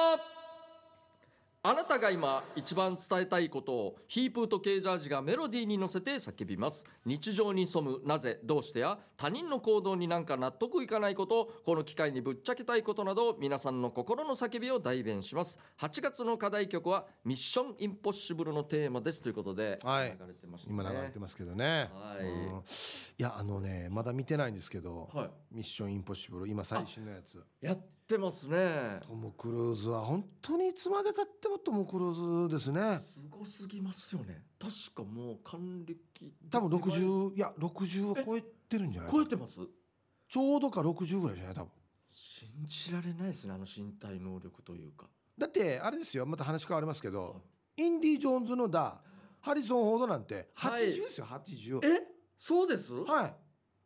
あなたが今一番伝えたいことをヒープーとケージャージがメロディーに乗せて叫びます。日常に潜むなぜどうしてや他人の行動になんか納得いかないこと、この機会にぶっちゃけたいことなど、皆さんの心の叫びを代弁します。8月の課題曲はミッションインポッシブルのテーマですということで、 はい、 流れてましたね。 今流れてますけどね、 はい、 いやまだ見てないんですけど、 はい、 ミッションインポッシブル今最新のやつやってますね。 トム・クルーズは本当にいつまで経ってもトム・クルーズですね。 すごすぎますよね。確かもう還暦多分60、いや60を超えてるんじゃない。 超えてます。 ちょうどか60ぐらいじゃない多分。 信じられないですね、あの身体能力というか。 だってあれですよ、また話変わりますけど、インディ・ジョーンズのハリソン・フォードなんて80ですよ、はい、80。 そうです。 はい、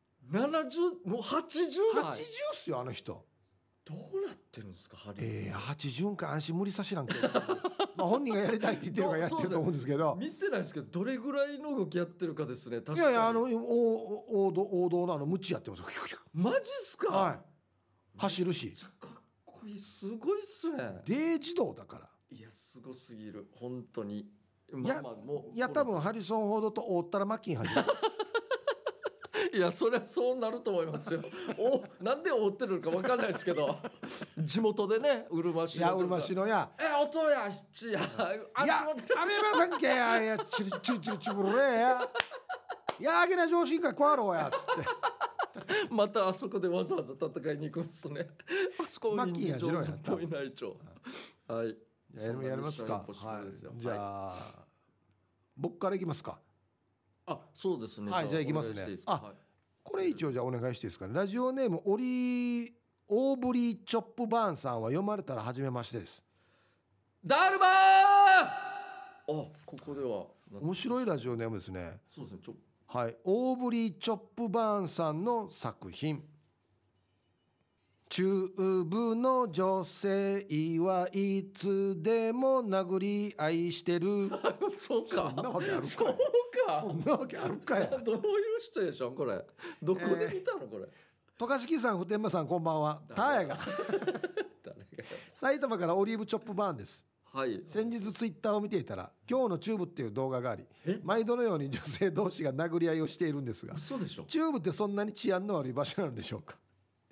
70もう80代。 80っすよあの人。 どうなってるんですか、ハリー。 80か安心無理さしなんけどまあ本人がやりたいって言ってるからやってると思うんですけど、 見てないですけどどれぐらいの動きやってるかですね。確かに。 いや王道のムチやってます。 マジっすか。 はい、走るしかっこいい、すごいっすね。 デイ自動だから。 いやすごすぎる本当に。 いや多分ハリソン・フォードと追ったらマッキン始めるいやそりゃそうなると思いますよ。なんで追ってるのか分かんないですけど地元でね、うるま市の音や音や七やあやあめませんけやチリチリチリチブルレやあげな上司会食わろうやつってまたあそこでわざわざ戦いに行くんですね。あそこに上手っぽい内調。はい、 やりますか。じゃあ僕からいきますか。 そうですね。 はい、じゃあいきますね。これ一応じゃあお願いしていいですかね。ラジオネームオーブリーチョップバーンさんは読まれたら初めましてです。 ダルバー。ここでは面白いラジオネームですね。 そうですね。 はい、オーブリーチョップバーンさんの作品。中部の女性はいつでも殴り合いしてるそうか。 そんなわけあるか。 そうか。 そんなわけあるかや。 どういうシチュエーションこれ。どこで見たのこれ。 渡嘉敷さん、普天間さん、こんばんは。ターヤが埼玉からオリーブチョップバーンです。 はい、 先日ツイッターを見ていたら今日のチューブっていう動画があり、毎度のように女性同士が殴り合いをしているんですが、 嘘でしょ。 チューブってそんなに治安の悪い場所なんでしょうか。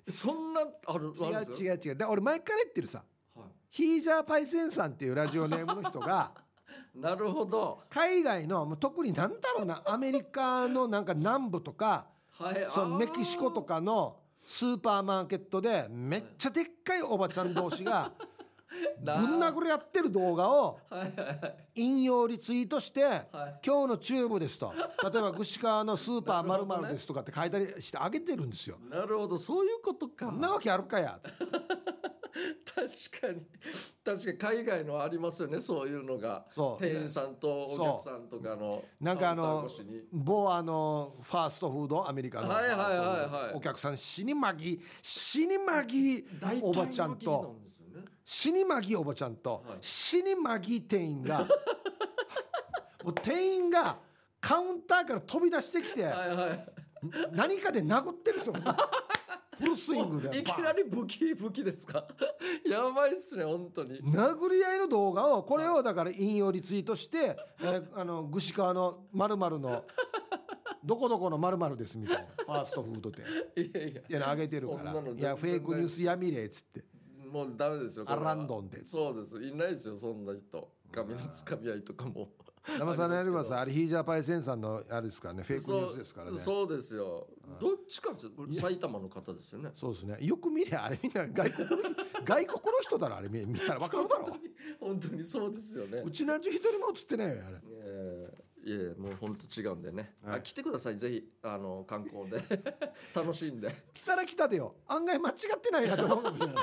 そんなある。 違うで、俺前から言ってるさ、はい、ヒージャーパイセンさんっていうラジオネームの人がなるほど。 海外のもう特に何だろうな、アメリカのなんか南部とか、はい、そのメキシコとかのスーパーマーケットでめっちゃでっかいおばちゃん同士がぶん殴り合ってる動画を引用リツイートして、今日のチューブですと、例えば串川のスーパー〇〇ですとかって書いたりしてあげてるんですよ。 なるほど、そういうことか。 そんなわけあるかや確かに海外のありますよね、そういうのが。店員さんとお客さんとかのなんか某ファーストフードアメリカのお客さん死にまぎおばちゃんと死にまぎおばちゃんと死にまぎ店員がもう店員がカウンターから飛び出してきて何かで殴ってるんですよフルスイングでいきなり武器ですかやばいっすね本当に。 殴り合いの動画をこれをだから引用リツイートして、串川の〇〇のどこどこの〇〇ですみたいなファーストフード店いや上げてるから、いやフェイクニュースやみれっつって、 もうダメですよアランドンで。 そうです、いないですよそんな人。髪のつかみ合いとかも騙さないでください。あれヒージャーパイセンさんのあれですからね、フェイクニュースですからね。 そうですよ、どっちかって埼玉の方ですよね。 そうですね、よく見りゃあれみんな外国の人だろ、あれ見たら分かるだろ本当にそうですよね。 うちなんちゅう一人も映ってないよあれ。 いやもう本当違うんでね、来てくださいぜひ観光で楽しんで。 来たら来たでよ、案外間違ってないなと思うかもしれない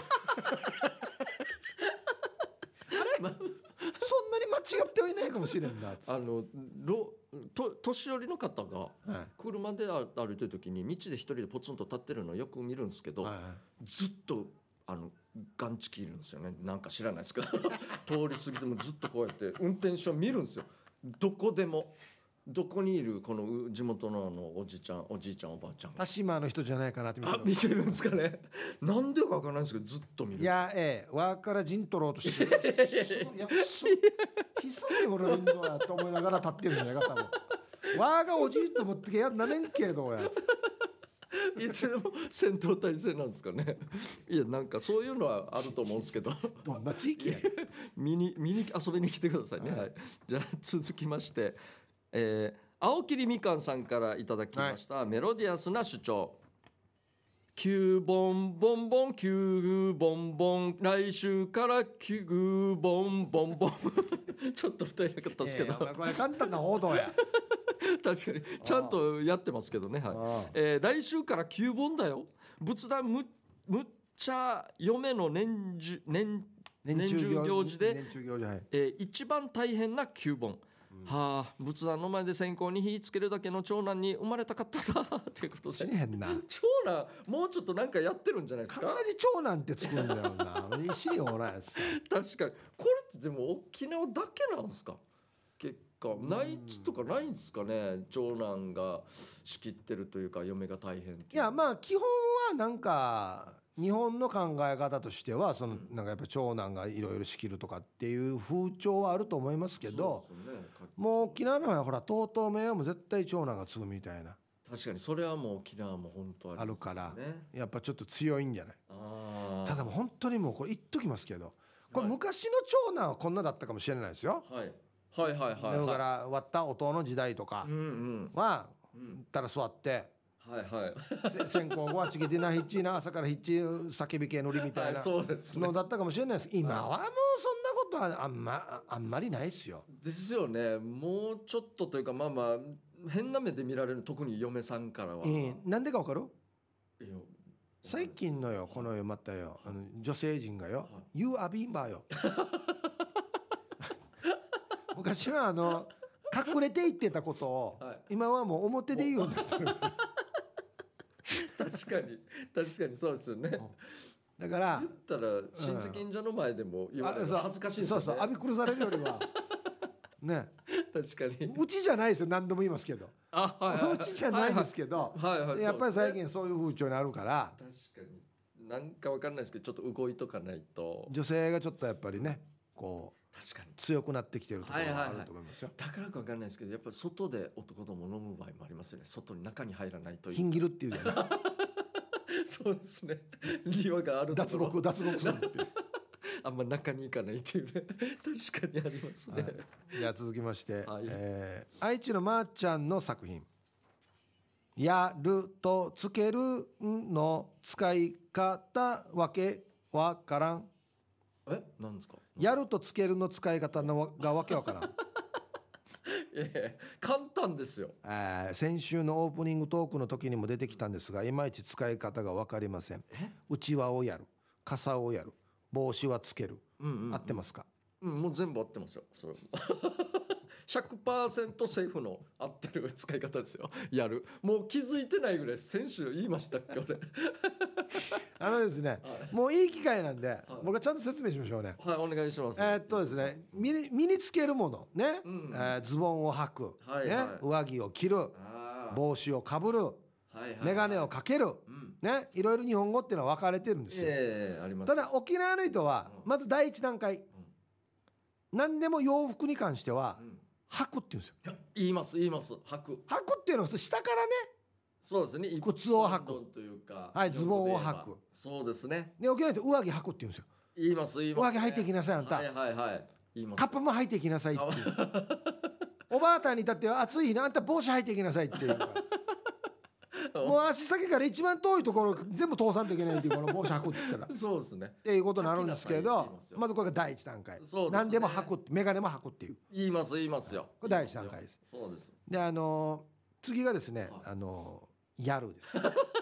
あれ、そんなに間違ってはいないかもしれんな。 年寄りの方が車で歩いてる時に道で一人でポツンと立ってるのをよく見るんですけど、ずっとガンチキいるんですよね。なんか知らないですけど通り過ぎてもずっとこうやって運転手を見るんですよ。どこでも、どこにいるこの地元のおじいちゃんおばあちゃん、 田島の人じゃないかなって見てるんですかね。なんでかわからないんですけどずっと見る。 いやわから陣取ろうとしてるひそに俺の運動やと思いながら立ってるんじゃないか多分。わがおじいと思ってけやなめんけどやいつでも戦闘態勢なんですかね。いやなんかそういうのはあると思うんですけどどんな地域や見に遊びに来てくださいね、はい、じゃあ続きまして、青桐みかんさんからいただきました、メロディアスな主張。9ボンボンボン9ボンボン来週から9ボンボンボンちょっと歌えなかったですけど、 これ簡単な報道や確かにちゃんとやってますけどね、はい。来週から9本だよ。仏壇むっちゃ嫁の年中行事で一番大変な9本、はあ、仏壇の前で線香に火つけるだけの長男に生まれたかったさということで、 死ねへんな長男もうちょっとなんかやってるんじゃないですか。 同じ長男ってつくんだよな石におらんやつ確かにこれってでも沖縄だけなんですか。結果内地とかないんですかね。長男が仕切ってるというか嫁が大変。いやまあ基本はなんか日本の考え方としてはなんかやっぱ長男がいろいろ仕切るとかっていう風潮はあると思いますけど、もう沖縄のはほらとうとう名はもう絶対長男が継ぐみたいな。 確かにそれはもう沖縄も本当あるからやっぱちょっと強いんじゃない。ただもう本当にもうこれ言っときますけど、これ昔の長男はこんなだったかもしれないですよ。 はいだから割った音の時代とかはたら座って線香はちげてなひっちな朝からひっち叫び系のりみたいなのだったかもしれないです。今はもうそんなことはあんまりないですよ。 ですよね。もうちょっとというかまあ変な目で見られる、特に嫁さんからは。 なんでか分かる？最近のよこのよまたよ女性陣がよユーアビンバーよ昔は隠れて言ってたことを今はもう表で言うようになってる確かにそうですよね。 だから言ったら親戚近所の前でも恥ずかしいですよね。 そう浴び殺されるよりはね。 確かにうちじゃないですよ、何度も言いますけどうちじゃないですけど、やっぱり最近そういう風潮にあるから。 確かになんか分かんないですけどちょっと動いとかないと女性がちょっとやっぱりねこう確かに強くなってきてるところがあると思いますよ。 だからか分かんないですけどやっぱり外で男ども飲む場合もありますよね。中に入らないとヒンギルっていうじゃないそうですね。庭がある脱獄するっていうあんま中に行かないっていうね確かにありますね、はい、 じゃあ続きまして、 はい、 愛知のまーちゃんの作品、やるとつけるの使い方わけわからん。 なんですか。 やるとつけるの使い方のがわけわからん簡単ですよ。 先週のオープニングトークの時にも出てきたんですが、いまいち使い方が分かりません。うちわをやる、傘をやる、帽子はつける、合ってますか。 もう全部合ってますよそれ100% セーフの合ってる使い方ですよ。やる、もう気づいてないぐらい先週言いましたっけ俺ですね、はい、もういい機会なんで、はい、僕はちゃんと説明しましょうね。 はい、お願いします。 ですね、身につけるものね、ズボンを履く、はいはい、ね、上着を着る、帽子をかぶる、眼鏡をかける、ね、いろいろ日本語っていうのは分かれてるんですよ、 あります。 ただ沖縄の人はまず第一段階、何でも洋服に関しては、履くって言うんですよ。 言います履くっていうのは下からね、 そうですね、 靴を履くというか、 はい、ズボンを履く、 そうですね。 で沖縄の人上着履くって言うんですよ。 言います、ね、 上着履いていきなさいあんた、 はい言います。 カッパも履いていきなさいっておばあたんに至っては暑い日にあんた帽子履いていきなさいっていうもう足先から一番遠いところ全部通さんといけないっていうこの帽子履くって言ったらそうですねっていうことになるんですけど、まずこれが第一段階、ね、何でも履く、眼鏡も履くっていう言いますよ。 これ第一段階です。 そうです。 で次がですね、やるです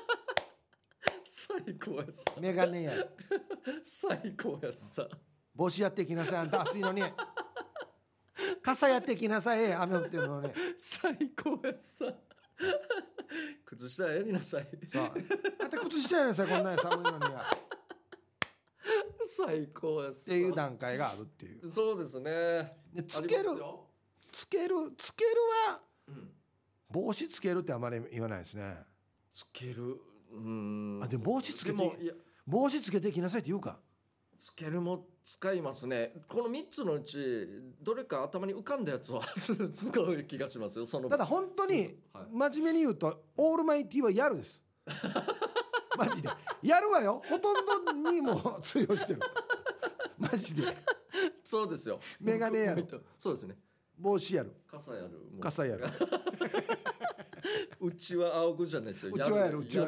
最高やっさ。 眼鏡やる最高やっさ。 帽子やってきなさいあんた暑いのに傘やってきなさい雨降ってるのね。 最高やっさ。靴下やりなさい。 そうあんた靴下やりなさいこんなに寒いのにや最高やっさっていう段階があるっていう。 そうですね。 でつけるは、帽子つけるってあまり言わないですね。 つける、 でも帽子つけていきなさいって言うか。 つけるも使いますね。この3つのうちどれか頭に浮かんだやつは使う気がしますよ。 ただ本当に真面目に言うと、オールマイティはやるですマジでやるわよ。ほとんどにも通用してるマジで。 そうですよ。 メガネやる、 そうですね、 帽子やる、 傘やるうちは青くじゃないですよ。 うちはやる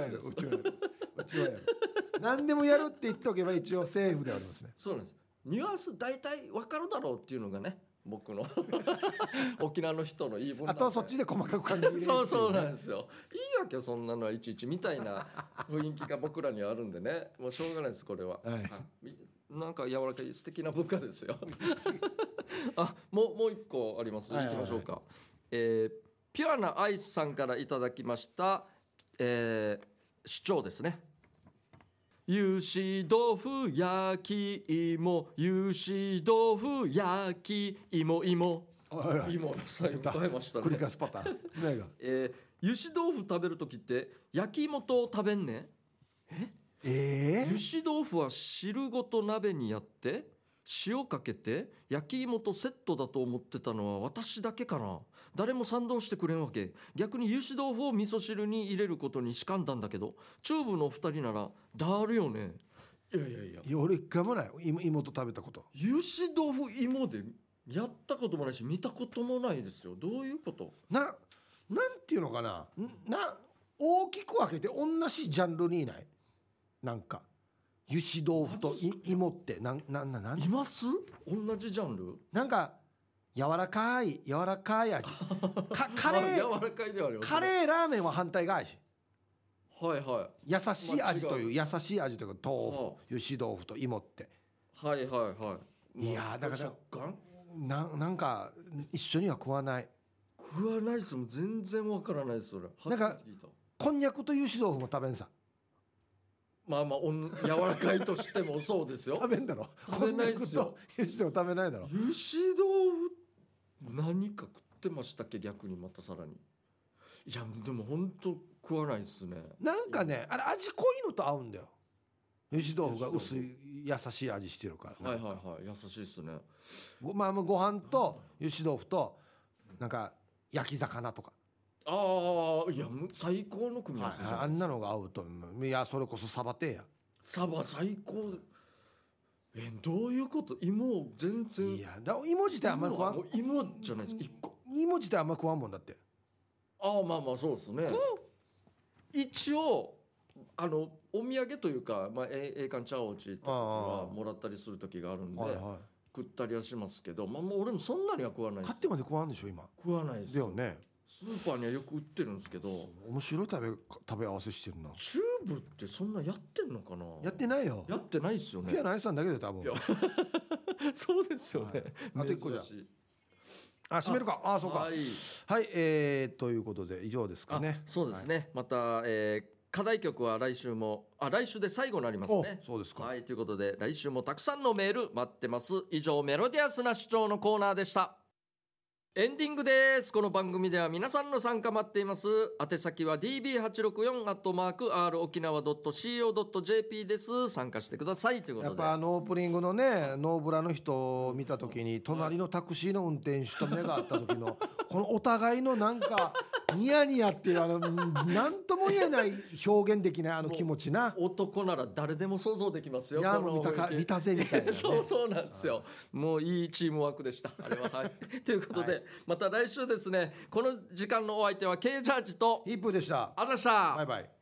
何でもやるって言っておけば一応セーフでありますね。 そうなんです。ニュアンス大体分かるだろうっていうのがね、僕の沖縄の人の言い分。 あとはそっちで細かく感じる、 そうなんですよ。いいわけそんなのはいちいちみたいな雰囲気が僕らにはあるんでね、もうしょうがないです。これは、なんか柔らかい素敵な文化ですよもう一個あります。行きましょうか。ピュアなアイスさんからいただきました、主張ですね。油脂豆腐焼き芋、油脂豆腐焼き芋の最後変えましたね。 繰り返すパターン油脂豆腐食べるときって焼き芋と食べんね。油脂豆腐は汁ごと鍋にやって塩かけて焼き芋とセットだと思ってたのは私だけかな。誰も賛同してくれんわけ。逆に油脂豆腐を味噌汁に入れることにしかんだんだけど、チューブの2人ならだるよね。いや俺一回もない。芋と食べたこと。 油脂豆腐芋でやったこともないし見たこともないですよ。どういうこと。 なんていうのかな、大きく分けて同じジャンルにいない。なんか油脂豆腐と芋っています？同じジャンル。 なんか柔らかい味カレー柔らかいではありますね。 カレーラーメンは反対が味。優しい味というか豆腐、油脂豆腐と芋って。いやだからなんか一緒には食わないです。全然わからないです。それなんかこんにゃくと油脂豆腐も食べんさ。 まあ柔らかいとしてもそうですよ。 食べんだろ。 食べないですよ。 油脂豆腐食べないだろ。 油脂豆腐何か食ってましたっけ。逆にまたさらに。いやでも本当食わないですね。 なんかね、あれ味濃いのと合うんだよ。油脂豆腐が薄い優しい味してるから。 優しいですね。 ご飯と油脂豆腐となんか焼き魚とか。 いや最高の組み合わせじゃないですか、 あんなのが合うと。いやそれこそサバテや。 サバ最高。どういうこと？芋全然。 いやだ芋自体あんまり食わん。 芋じゃないですか。 芋自体あんまり食わんもんだって。 まあそうですね。一応お土産というか、栄冠茶おちとかはもらったりする時があるんで、食ったりはしますけど、もう俺もそんなには食わないです。 買ってまで食わんでしょ今。 食わないですだよね。 スーパーにはよく売ってるんですけど。 面白い食べ合わせしてるな。 チューブってそんなやってんのかな。 やってないよ。 やってないですよね。 ピアノ愛さんだけで多分。 そうですよね。 あと一個じゃ。閉めるか。そうか。はい、ということで以上ですかね。 そうですね。また、課題曲は来週で最後になりますね。 そうですか。 はい、ということで来週もたくさんのメール待ってます。以上メロディアスな主張のコーナーでした。エンディングです。この番組では皆さんの参加待っています。宛先は db864@r 沖縄 .co.jp です。参加してくださいということで。 やっぱオープニングのねノーブラの人を見た時に隣のタクシーの運転手と目が合った時のこのお互いのなんかニヤニヤっていうなんとも言えない表現できない気持ちな。 男なら誰でも想像できますよ。 いやもう見たぜみたいな、ね、 そうなんですよ。もういいチームワークでしたあれは。はいということで、また来週ですね。この時間のお相手は K ジャージとヒップでした。 あざした。 バイバイ。